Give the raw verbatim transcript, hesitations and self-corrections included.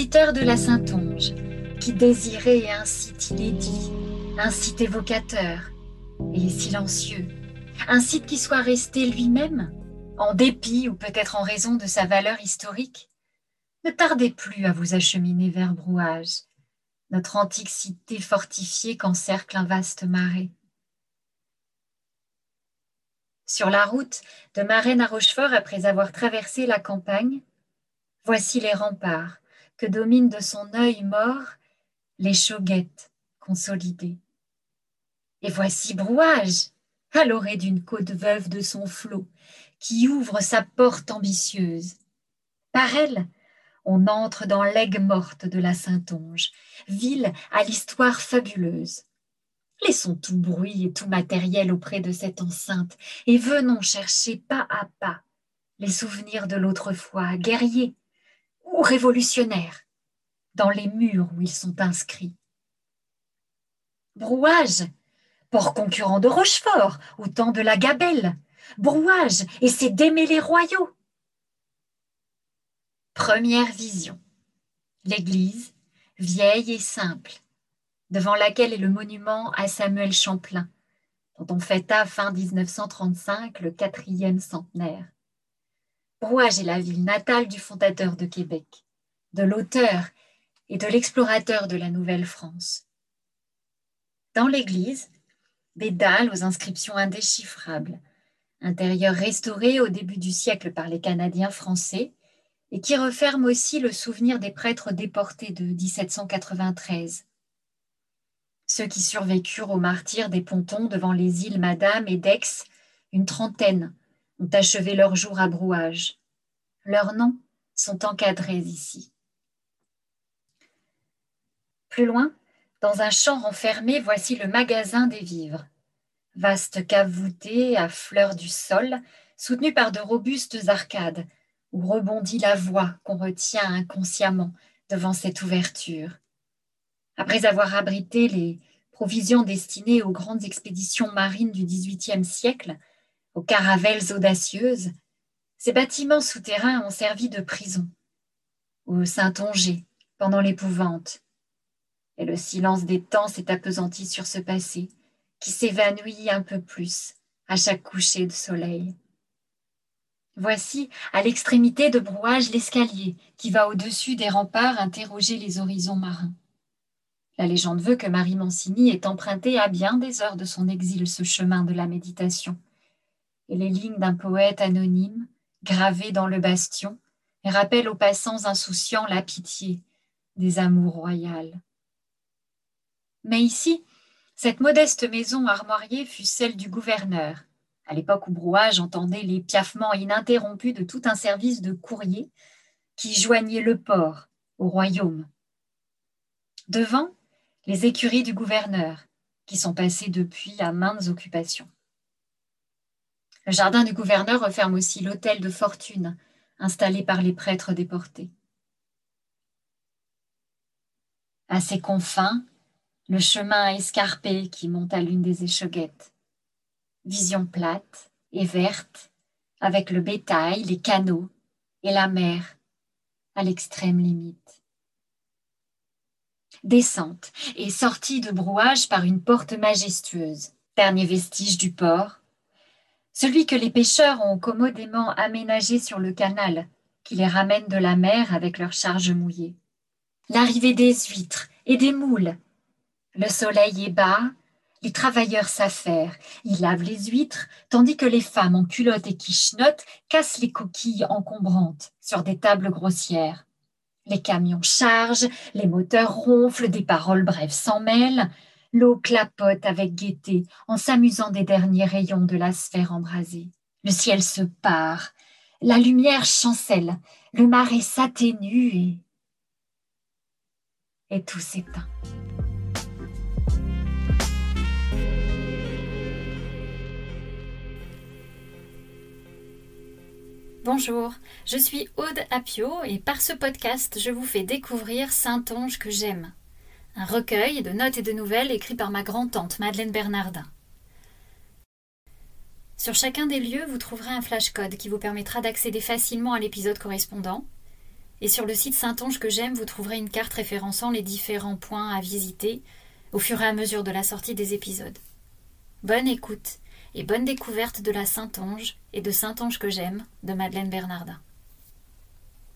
visiteur de la Saintonge, qui désirait et un site inédit, un site évocateur et silencieux, un site qui soit resté lui-même, en dépit ou peut-être en raison de sa valeur historique, ne tardez plus à vous acheminer vers Brouage, notre antique cité fortifiée qu'encercle un vaste marais. Sur la route de Marennes à Rochefort, après avoir traversé la campagne, voici les remparts que dominent de son œil mort les chauguettes consolidées. Et voici Brouage, à l'orée d'une côte veuve de son flot, qui ouvre sa porte ambitieuse. Par elle, on entre dans l'aigue morte de la Saintonge, ville à l'histoire fabuleuse. Laissons tout bruit et tout matériel auprès de cette enceinte et venons chercher pas à pas les souvenirs de l'autrefois, guerriers ou révolutionnaires, dans les murs où ils sont inscrits. Brouage, port concurrent de Rochefort, au temps de la Gabelle, Brouage et ses démêlés royaux. Première vision. L'église, vieille et simple, devant laquelle est le monument à Samuel Champlain, dont on fêta fin dix-neuf cent trente-cinq le quatrième centenaire. Brouage est la ville natale du fondateur de Québec, de l'auteur et de l'explorateur de la Nouvelle-France. Dans l'église, des dalles aux inscriptions indéchiffrables, intérieur restauré au début du siècle par les Canadiens français et qui referme aussi le souvenir des prêtres déportés de dix-sept cent quatre-vingt-treize. Ceux qui survécurent au martyre des pontons devant les îles Madame et d'Aix, une trentaine, ont achevé leur jour à Brouage. Leurs noms sont encadrés ici. Plus loin, dans un champ renfermé, voici le magasin des vivres. Vaste cave voûtée à fleur du sol, soutenue par de robustes arcades, où rebondit la voix qu'on retient inconsciemment devant cette ouverture. Après avoir abrité les provisions destinées aux grandes expéditions marines du dix-huitième siècle, aux caravelles audacieuses, ces bâtiments souterrains ont servi de prison, aux Saintongers pendant l'épouvante. Et le silence des temps s'est appesanti sur ce passé, qui s'évanouit un peu plus à chaque coucher de soleil. Voici, à l'extrémité de Brouage, l'escalier qui va au-dessus des remparts interroger les horizons marins. La légende veut que Marie Mancini ait emprunté à bien des heures de son exil ce chemin de la méditation. Et les lignes d'un poète anonyme, gravées dans le bastion, rappellent aux passants insouciants la pitié des amours royales. Mais ici, cette modeste maison armoiriée fut celle du gouverneur, à l'époque où Brouage entendait les piaffements ininterrompus de tout un service de courrier qui joignait le port au royaume. Devant, les écuries du gouverneur, qui sont passées depuis à maintes occupations. Le jardin du gouverneur referme aussi l'hôtel de fortune, installé par les prêtres déportés. À ses confins, le chemin escarpé qui monte à l'une des échauguettes. Vision plate et verte, avec le bétail, les canaux et la mer à l'extrême limite. Descente et sortie de Brouage par une porte majestueuse, dernier vestige du port, celui que les pêcheurs ont commodément aménagé sur le canal qui les ramène de la mer avec leurs charges mouillées. L'arrivée des huîtres et des moules. Le soleil est bas, les travailleurs s'affairent, ils lavent les huîtres, tandis que les femmes en culottes et quichenottes cassent les coquilles encombrantes sur des tables grossières. Les camions chargent, les moteurs ronflent, des paroles brèves s'en mêlent. L'eau clapote avec gaieté en s'amusant des derniers rayons de la sphère embrasée. Le ciel se pare, la lumière chancelle, le marais s'atténue et... et tout s'éteint. Bonjour, je suis Aude Apio et par ce podcast, je vous fais découvrir Saintonge que j'aime. Un recueil de notes et de nouvelles écrit par ma grand-tante Madeleine Bernardin. Sur chacun des lieux, vous trouverez un flashcode qui vous permettra d'accéder facilement à l'épisode correspondant. Et sur le site Saintonge que j'aime, vous trouverez une carte référençant les différents points à visiter au fur et à mesure de la sortie des épisodes. Bonne écoute et bonne découverte de la Saintonge et de Saintonge que j'aime de Madeleine Bernardin.